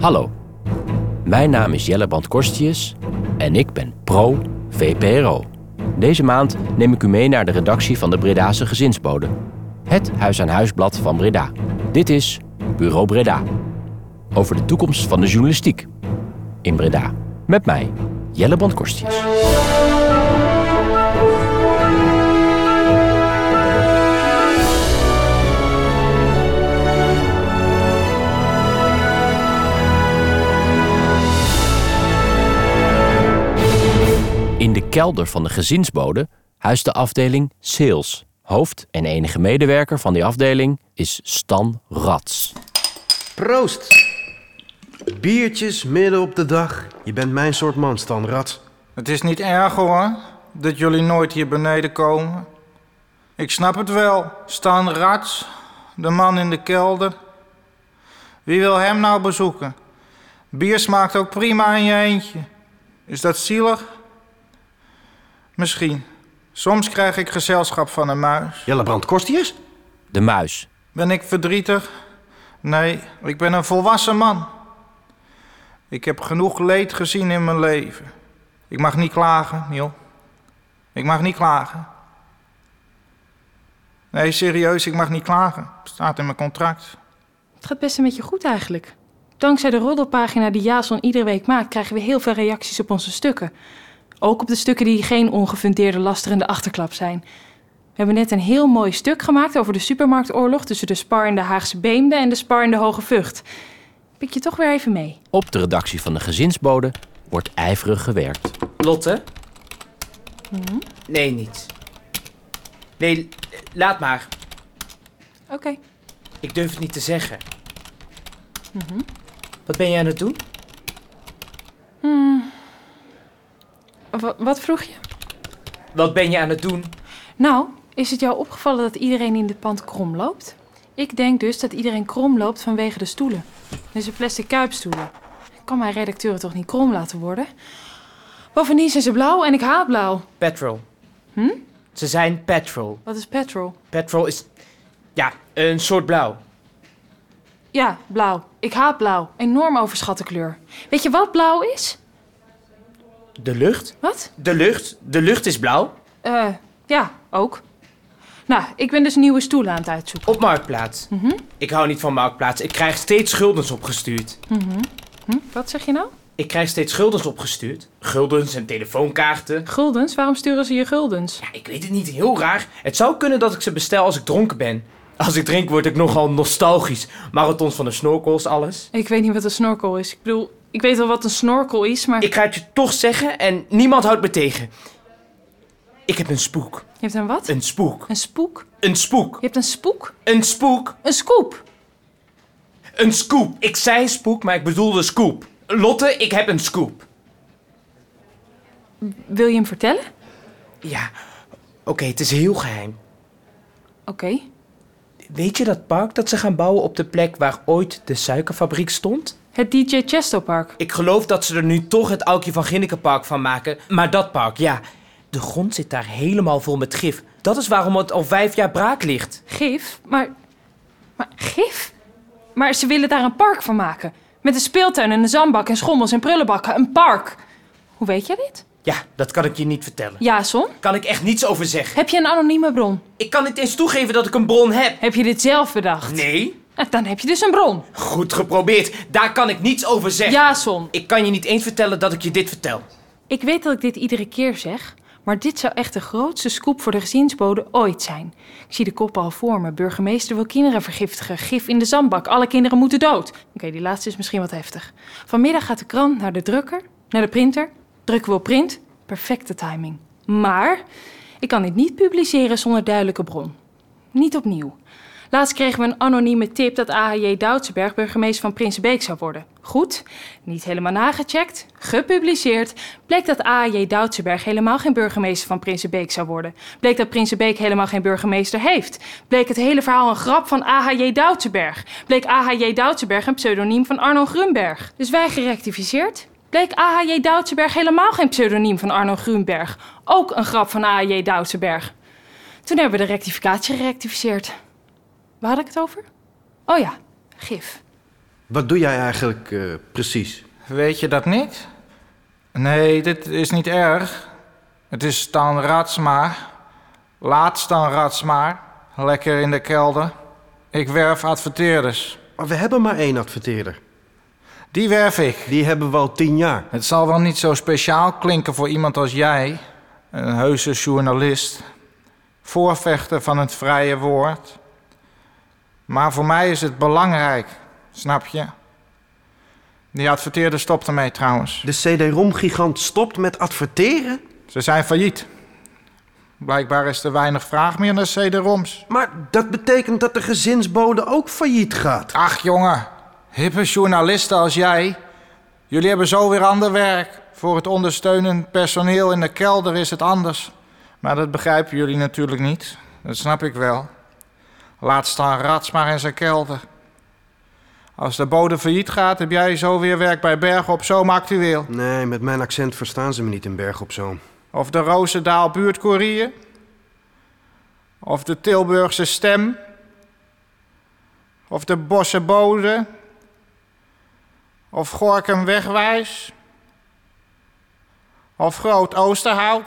Hallo, mijn naam is Jelle Brand-Korstius en ik ben pro-VPRO. Deze maand neem ik u mee naar de redactie van de Bredase Gezinsbode. Het huis-aan-huisblad van Breda. Dit is Bureau Breda. Over de toekomst van de journalistiek. In Breda. Met mij, Jelle Brand-Korstius. In de kelder van de Gezinsbode huist de afdeling Sales. Hoofd en enige medewerker van die afdeling is Stan Rats. Proost! Biertjes midden op de dag. Je bent mijn soort man, Stan Rats. Het is niet erg hoor, dat jullie nooit hier beneden komen. Ik snap het wel, Stan Rats, de man in de kelder. Wie wil hem nou bezoeken? Bier smaakt ook prima in je eentje. Is dat zielig? Misschien. Soms krijg ik gezelschap van een muis. Jelle Brand-Korstius? De muis. Ben ik verdrietig? Nee, ik ben een volwassen man. Ik heb genoeg leed gezien in mijn leven. Ik mag niet klagen, Niel. Ik mag niet klagen. Nee, serieus, ik mag niet klagen. Staat in mijn contract. Het gaat best een beetje goed eigenlijk. Dankzij de roddelpagina die Jason iedere week maakt, krijgen we heel veel reacties op onze stukken. Ook op de stukken die geen ongefundeerde lasterende achterklap zijn. We hebben net een heel mooi stuk gemaakt over de supermarktoorlog tussen de Spar in de Haagse Beemde en de Spar in de Hoge Vught. Pik je toch weer even mee. Op de redactie van de Gezinsbode wordt ijverig gewerkt. Lotte? Nee, niet. Nee, laat maar. Oké. Ik durf het niet te zeggen. Wat ben je aan het doen? Wat vroeg je? Wat ben je aan het doen? Nou, is het jou opgevallen dat iedereen in dit pand krom loopt? Ik denk dus dat iedereen krom loopt vanwege de stoelen. Deze plastic kuipstoelen. Ik kan mijn redacteuren toch niet krom laten worden? Bovendien zijn ze blauw en ik haat blauw. Petrol. Ze zijn petrol. Wat is petrol? Petrol is, ja, een soort blauw. Ja, blauw. Ik haat blauw. Enorm overschatte kleur. Weet je wat blauw is? De lucht? Wat? De lucht? De lucht is blauw? Ja, ook. Nou, ik ben dus nieuwe stoelen aan het uitzoeken. Op Marktplaats. Ik hou niet van Marktplaats. Ik krijg steeds guldens opgestuurd. Wat zeg je nou? Ik krijg steeds guldens opgestuurd. Guldens en telefoonkaarten. Guldens? Waarom sturen ze je guldens? Ja, ik weet het niet. Heel raar. Het zou kunnen dat ik ze bestel als ik dronken ben. Als ik drink word ik nogal nostalgisch. Marathons van de snorkels, alles. Ik weet niet wat een snorkel is. Ik bedoel, ik weet wel wat een snorkel is, maar... Ik ga het je toch zeggen en niemand houdt me tegen. Ik heb een spook. Je hebt een wat? Een spook. Een spook? Een spook. Je hebt een spook? Een spook. Een scoop? Een scoop. Ik zei spook, maar ik bedoelde scoop. Lotte, ik heb een scoop. Wil je hem vertellen? Ja, oké, het is heel geheim. Oké. Weet je dat park dat ze gaan bouwen op de plek waar ooit de suikerfabriek stond? Het DJ Chesto Park. Ik geloof dat ze er nu toch het Aukje van Ginnekenpark van maken. Maar dat park, ja. De grond zit daar helemaal vol met gif. Dat is waarom het al 5 jaar braak ligt. Gif? Maar gif? Maar ze willen daar een park van maken. Met een speeltuin en een zandbak en schommels en prullenbakken. Een park. Hoe weet jij dit? Ja, dat kan ik je niet vertellen. Jason? Kan ik echt niets over zeggen. Heb je een anonieme bron? Ik kan niet eens toegeven dat ik een bron heb. Heb je dit zelf bedacht? Nee. Dan heb je dus een bron. Goed geprobeerd. Daar kan ik niets over zeggen. Jason. Ik kan je niet eens vertellen dat ik je dit vertel. Ik weet dat ik dit iedere keer zeg, maar dit zou echt de grootste scoop voor de gezinsbode ooit zijn. Ik zie de koppen al voor me. Burgemeester wil kinderen vergiftigen. Gif in de zandbak. Alle kinderen moeten dood. Oké, die laatste is misschien wat heftig. Vanmiddag gaat de krant naar de drukker, naar de printer. Drukken we op print. Perfecte timing. Maar ik kan dit niet publiceren zonder duidelijke bron. Niet opnieuw. Laatst kregen we een anonieme tip dat A.H.J. Doutsenberg burgemeester van Prinsenbeek zou worden. Goed, niet helemaal nagecheckt, gepubliceerd. Bleek dat A.H.J. Doutsenberg helemaal geen burgemeester van Prinsenbeek zou worden. Bleek dat Prinsenbeek helemaal geen burgemeester heeft. Bleek het hele verhaal een grap van A.H.J. Doutsenberg. Bleek A.H.J. Doutsenberg een pseudoniem van Arno Grunberg. Dus wij gerectificeerd. Bleek A.H.J. Doutsenberg helemaal geen pseudoniem van Arno Grunberg. Ook een grap van A.H.J. Doutsenberg. Toen hebben we de rectificatie gerectificeerd. Waar had ik het over? Oh ja, gif. Wat doe jij eigenlijk precies? Weet je dat niet? Nee, dit is niet erg. Het is Stan Ratsma. Laat Stan Ratsma. Lekker in de kelder. Ik werf adverteerders. Maar we hebben maar 1 adverteerder. Die werf ik. Die hebben we al 10 jaar. Het zal wel niet zo speciaal klinken voor iemand als jij. Een heuse journalist. Voorvechter van het vrije woord. Maar voor mij is het belangrijk. Snap je? Die adverteerder stopt ermee trouwens. De CD-ROM-gigant stopt met adverteren? Ze zijn failliet. Blijkbaar is er weinig vraag meer naar CD-ROMs. Maar dat betekent dat de gezinsbode ook failliet gaat. Ach jongen, hippe journalisten als jij. Jullie hebben zo weer ander werk. Voor het ondersteunend personeel in de kelder is het anders. Maar dat begrijpen jullie natuurlijk niet. Dat snap ik wel. Laat staan Ratsma in zijn kelder. Als de bode failliet gaat, heb jij zo weer werk bij Bergen op Zoom actueel. Nee, met mijn accent verstaan ze me niet in Bergen op Zoom. Of de Roosendaal buurtcourier. Of de Tilburgse Stem. Of de Bosse Bode. Of Gorinchem Wegwijs. Of Groot Oosterhout.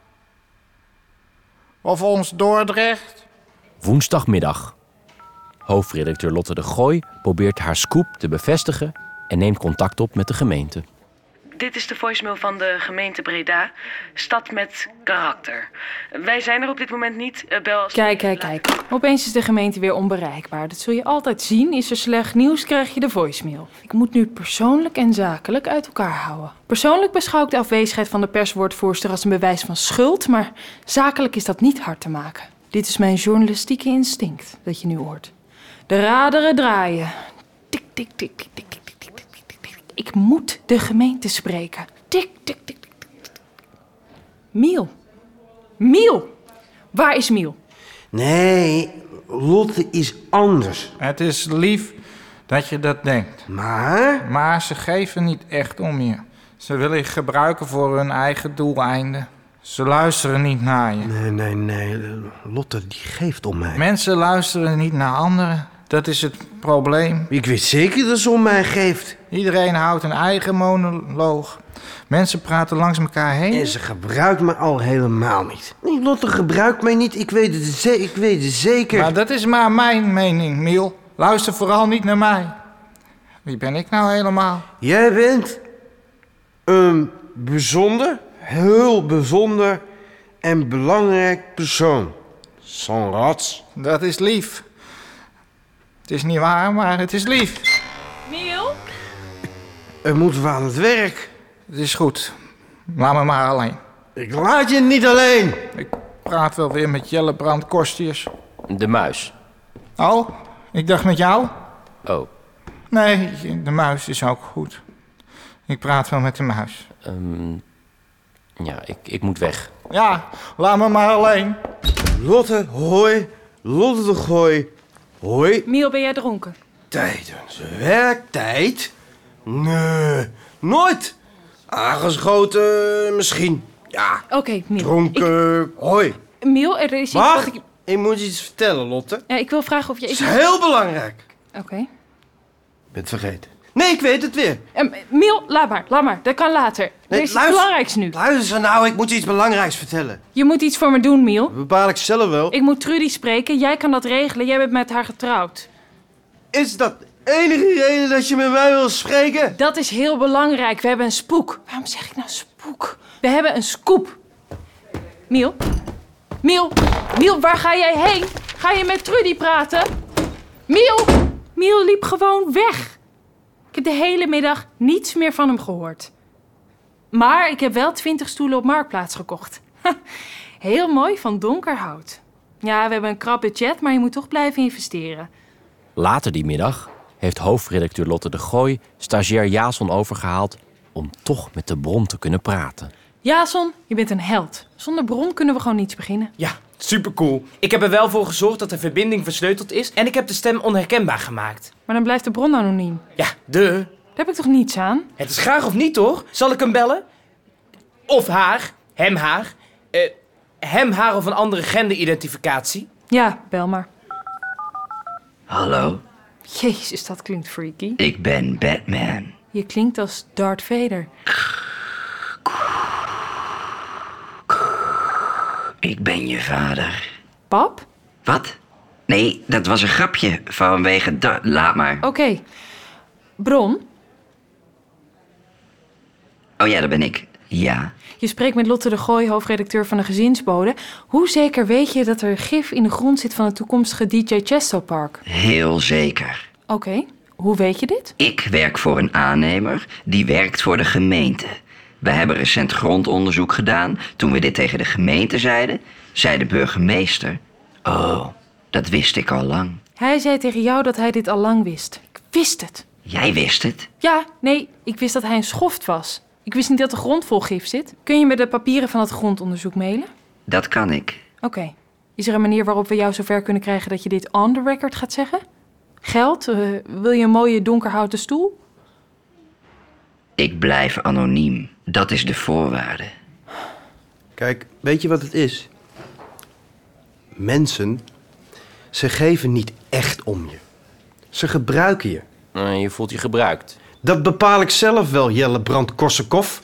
Of ons Dordrecht. Woensdagmiddag. Hoofdredacteur Lotte de Gooi probeert haar scoop te bevestigen en neemt contact op met de gemeente. Dit is de voicemail van de gemeente Breda. Stad met karakter. Wij zijn er op dit moment niet. Bel als... Kijk. Opeens is de gemeente weer onbereikbaar. Dat zul je altijd zien. Is er slecht nieuws, krijg je de voicemail. Ik moet nu persoonlijk en zakelijk uit elkaar houden. Persoonlijk beschouw ik de afwezigheid van de perswoordvoerster als een bewijs van schuld, maar zakelijk is dat niet hard te maken. Dit is mijn journalistieke instinct dat je nu hoort. De raderen draaien. Tik, tik, tik, tik, tik, tik, tik, tik, tik, tik. Ik moet de gemeente spreken. Tik, tik, tik, tik, tik. Miel! Waar is Miel? Nee, Lotte is anders. Het is lief dat je dat denkt. Maar ze geven niet echt om je. Ze willen je gebruiken voor hun eigen doeleinden. Ze luisteren niet naar je. Nee. Lotte, die geeft om mij. Mensen luisteren niet naar anderen. Dat is het probleem. Ik weet zeker dat ze om mij geeft. Iedereen houdt een eigen monoloog. Mensen praten langs elkaar heen. En ze gebruikt me al helemaal niet. Nee, Lotte gebruikt mij niet. Ik weet het zeker. Maar dat is maar mijn mening, Miel. Luister vooral niet naar mij. Wie ben ik nou helemaal? Jij bent een heel bijzonder en belangrijk persoon. San Rats. Dat is lief. Het is niet waar, maar het is lief. Miel? Er moeten we aan het werk. Het is goed. Laat me maar alleen. Ik laat je niet alleen. Ik praat wel weer met Jellebrand Korstius. De muis. Oh, ik dacht met jou? Oh, Nee, de muis is ook goed. Ik praat wel met de muis. ja, ik moet weg. Ja, laat me maar alleen. Lotte, hoi. Lotte de Gooi. Hoi. Miel, ben jij dronken? Tijdens werktijd? Nee, nooit. Aangeschoten misschien. Ja, Oké, Miel. dronken. Hoi. Miel, er is iets Wacht, wat ik... ik moet je iets vertellen, Lotte. Ja, ik wil vragen of je... Het is heel belangrijk. Oké. Ik ben het vergeten. Nee, ik weet het weer. Miel, laat maar. Dat kan later. Er is iets luister. belangrijks nu. Luister nou, ik moet je iets belangrijks vertellen. Je moet iets voor me doen, Miel. Dat bepaal ik zelf wel. Ik moet Trudy spreken. Jij kan dat regelen. Jij bent met haar getrouwd. Is dat de enige reden dat je met mij wil spreken? Dat is heel belangrijk. We hebben een spook. Waarom zeg ik nou spook? We hebben een scoop. Miel? Miel, waar ga jij heen? Ga je met Trudy praten? Miel liep gewoon weg. Ik heb de hele middag niets meer van hem gehoord. Maar ik heb wel 20 stoelen op Marktplaats gekocht. Heel mooi, van donker hout. Ja, we hebben een krap budget, maar je moet toch blijven investeren. Later die middag heeft hoofdredacteur Lotte de Gooi stagiair Jason overgehaald om toch met de bron te kunnen praten. Jason, je bent een held. Zonder bron kunnen we gewoon niets beginnen. Ja, supercool. Ik heb er wel voor gezorgd dat de verbinding versleuteld is en ik heb de stem onherkenbaar gemaakt. Maar dan blijft de bron anoniem. Ja, Daar heb ik toch niets aan? Het is graag of niet, toch? Zal ik hem bellen? Of haar, hem, haar. Hem, haar of een andere genderidentificatie. Ja, bel maar. Hallo? Jezus, dat klinkt freaky. Ik ben Batman. Je klinkt als Darth Vader. Ik ben je vader. Pap? Wat? Nee, dat was een grapje vanwege laat maar. Oké. Bron? Oh ja, dat ben ik. Ja. Je spreekt met Lotte de Gooi, hoofdredacteur van de Gezinsbode. Hoe zeker weet je dat er gif in de grond zit van het toekomstige DJ Chesto Park? Heel zeker. Oké. Hoe weet je dit? Ik werk voor een aannemer die werkt voor de gemeente. We hebben recent grondonderzoek gedaan. Toen we dit tegen de gemeente zeiden, zei de burgemeester... Oh, dat wist ik al lang. Hij zei tegen jou dat hij dit al lang wist. Ik wist het. Jij wist het? Ja, nee, ik wist dat hij een schoft was. Ik wist niet dat de grond vol gif zit. Kun je me de papieren van het grondonderzoek mailen? Dat kan ik. Oké. Is er een manier waarop we jou zover kunnen krijgen dat je dit on the record gaat zeggen? Geld? Wil je een mooie donkerhouten stoel? Ik blijf anoniem. Dat is de voorwaarde. Kijk, weet je wat het is? Mensen, ze geven niet echt om je. Ze gebruiken je. Je voelt je gebruikt. Dat bepaal ik zelf wel, Jelle Brand-Korsakoff.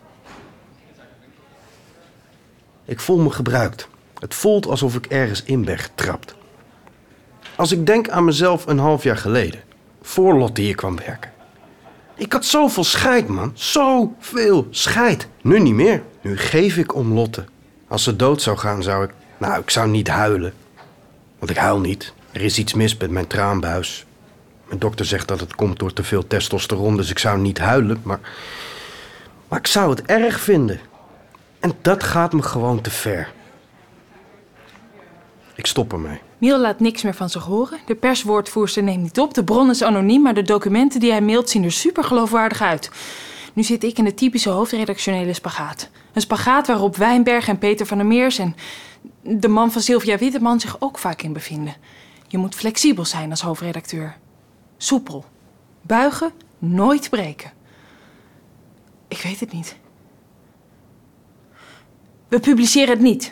Ik voel me gebruikt. Het voelt alsof ik ergens in ben getrapt. Als ik denk aan mezelf een half jaar geleden, voor Lotte hier kwam werken. Ik had zoveel scheid, man. Zoveel scheid. Nu niet meer. Nu geef ik om Lotte. Als ze dood zou gaan, zou ik... Nou, ik zou niet huilen. Want ik huil niet. Er is iets mis met mijn traanbuis. Mijn dokter zegt dat het komt door te veel testosteron, dus ik zou niet huilen, maar ik zou het erg vinden. En dat gaat me gewoon te ver. Ik stop ermee. Miel laat niks meer van zich horen. De perswoordvoerster neemt niet op. De bron is anoniem, maar de documenten die hij mailt zien er super geloofwaardig uit. Nu zit ik in de typische hoofdredactionele spagaat. Een spagaat waarop Wijnberg en Peter van der Meers en de man van Sylvia Witteman zich ook vaak in bevinden. Je moet flexibel zijn als hoofdredacteur. Soepel. Buigen, nooit breken. Ik weet het niet. We publiceren het niet.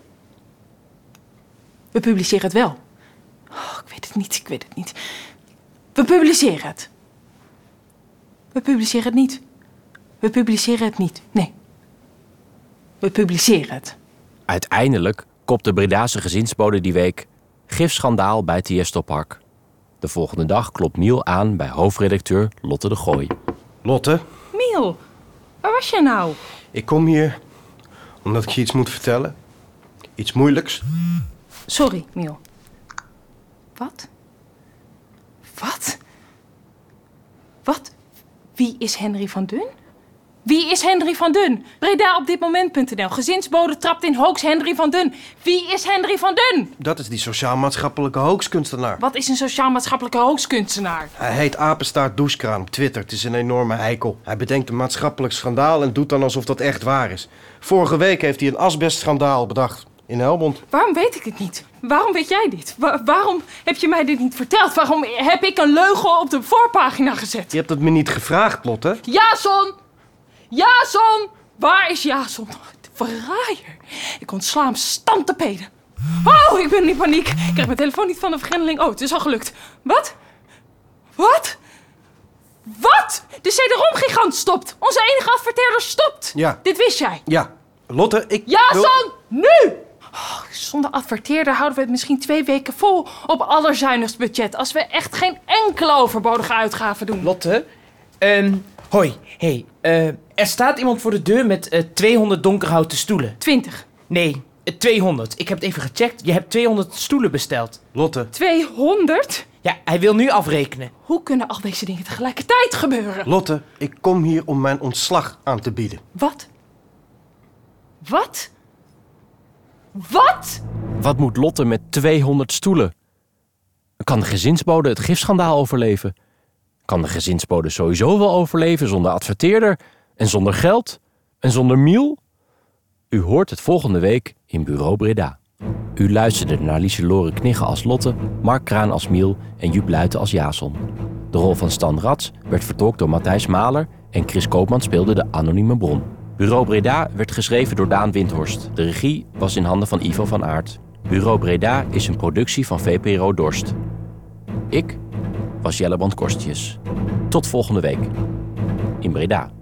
We publiceren het wel. Oh, ik weet het niet. We publiceren het. We publiceren het niet. We publiceren het niet. Nee. We publiceren het. Uiteindelijk kopt de Bredase Gezinsbode die week... gifschandaal bij Tiesto Park. De volgende dag klopt Miel aan bij hoofdredacteur Lotte de Gooi. Lotte, Miel, waar was je nou? ik kom hier omdat ik je iets moet vertellen. Iets moeilijks. Sorry, Miel. Wat? Wat? Wat? Wie is Henry van Dun? Wie is Henry van Dun? Breda op ditmoment.nl. Gezinsbode trapt in hoax Henry van Dun. Wie is Henry van Dun? Dat is die sociaal-maatschappelijke hoaxkunstenaar. Wat is een sociaal-maatschappelijke hoaxkunstenaar? Hij heet Apenstaart Douchekraan op Twitter. Het is een enorme eikel. Hij bedenkt een maatschappelijk schandaal en doet dan alsof dat echt waar is. Vorige week heeft hij een asbestschandaal bedacht. In Helmond. Waarom weet ik het niet? Waarom weet jij dit? Waarom heb je mij dit niet verteld? Waarom heb ik een leugen op de voorpagina gezet? Je hebt het me niet gevraagd, Lotte. Jason! Jason! Waar is Jason? De verraaier. Ik ontsla hem stand te peden. Oh, ik ben in paniek. Ik krijg mijn telefoon niet van de vergrendeling. Oh, het is al gelukt. Wat? Wat? Wat? De CD-ROM-gigant stopt. Onze enige adverteerder stopt. Ja. Dit wist jij. Ja. Lotte, ik... Jason, nu! Oh, zonder adverteerder houden we het misschien 2 weken vol op allerzuinigst budget. Als we echt geen enkele overbodige uitgaven doen. Lotte, hoi, hey, er staat iemand voor de deur met 200 donkerhouten stoelen. 20. Nee, 200. Ik heb het even gecheckt. Je hebt 200 stoelen besteld. Lotte. 200? Ja, hij wil nu afrekenen. Hoe kunnen al deze dingen tegelijkertijd gebeuren? Lotte, ik kom hier om mijn ontslag aan te bieden. Wat? Wat? Wat? Wat moet Lotte met 200 stoelen? Kan de gezinsbode het gifschandaal overleven? Kan de gezinsbode sowieso wel overleven zonder adverteerder? En zonder geld? En zonder Miel? U hoort het volgende week in Bureau Breda. U luisterde naar Lieselore Knigge als Lotte, Mark Kraan als Miel en Joep Luiten als Jason. De rol van Stan Rats werd vertolkt door Matthijs Maler en Chris Koopman speelde de anonieme bron. Bureau Breda werd geschreven door Daan Windhorst. De regie was in handen van Ivo van Aert. Bureau Breda is een productie van VPRO Dorst. Ik was Jelle Brand Korstius. Tot volgende week in Breda.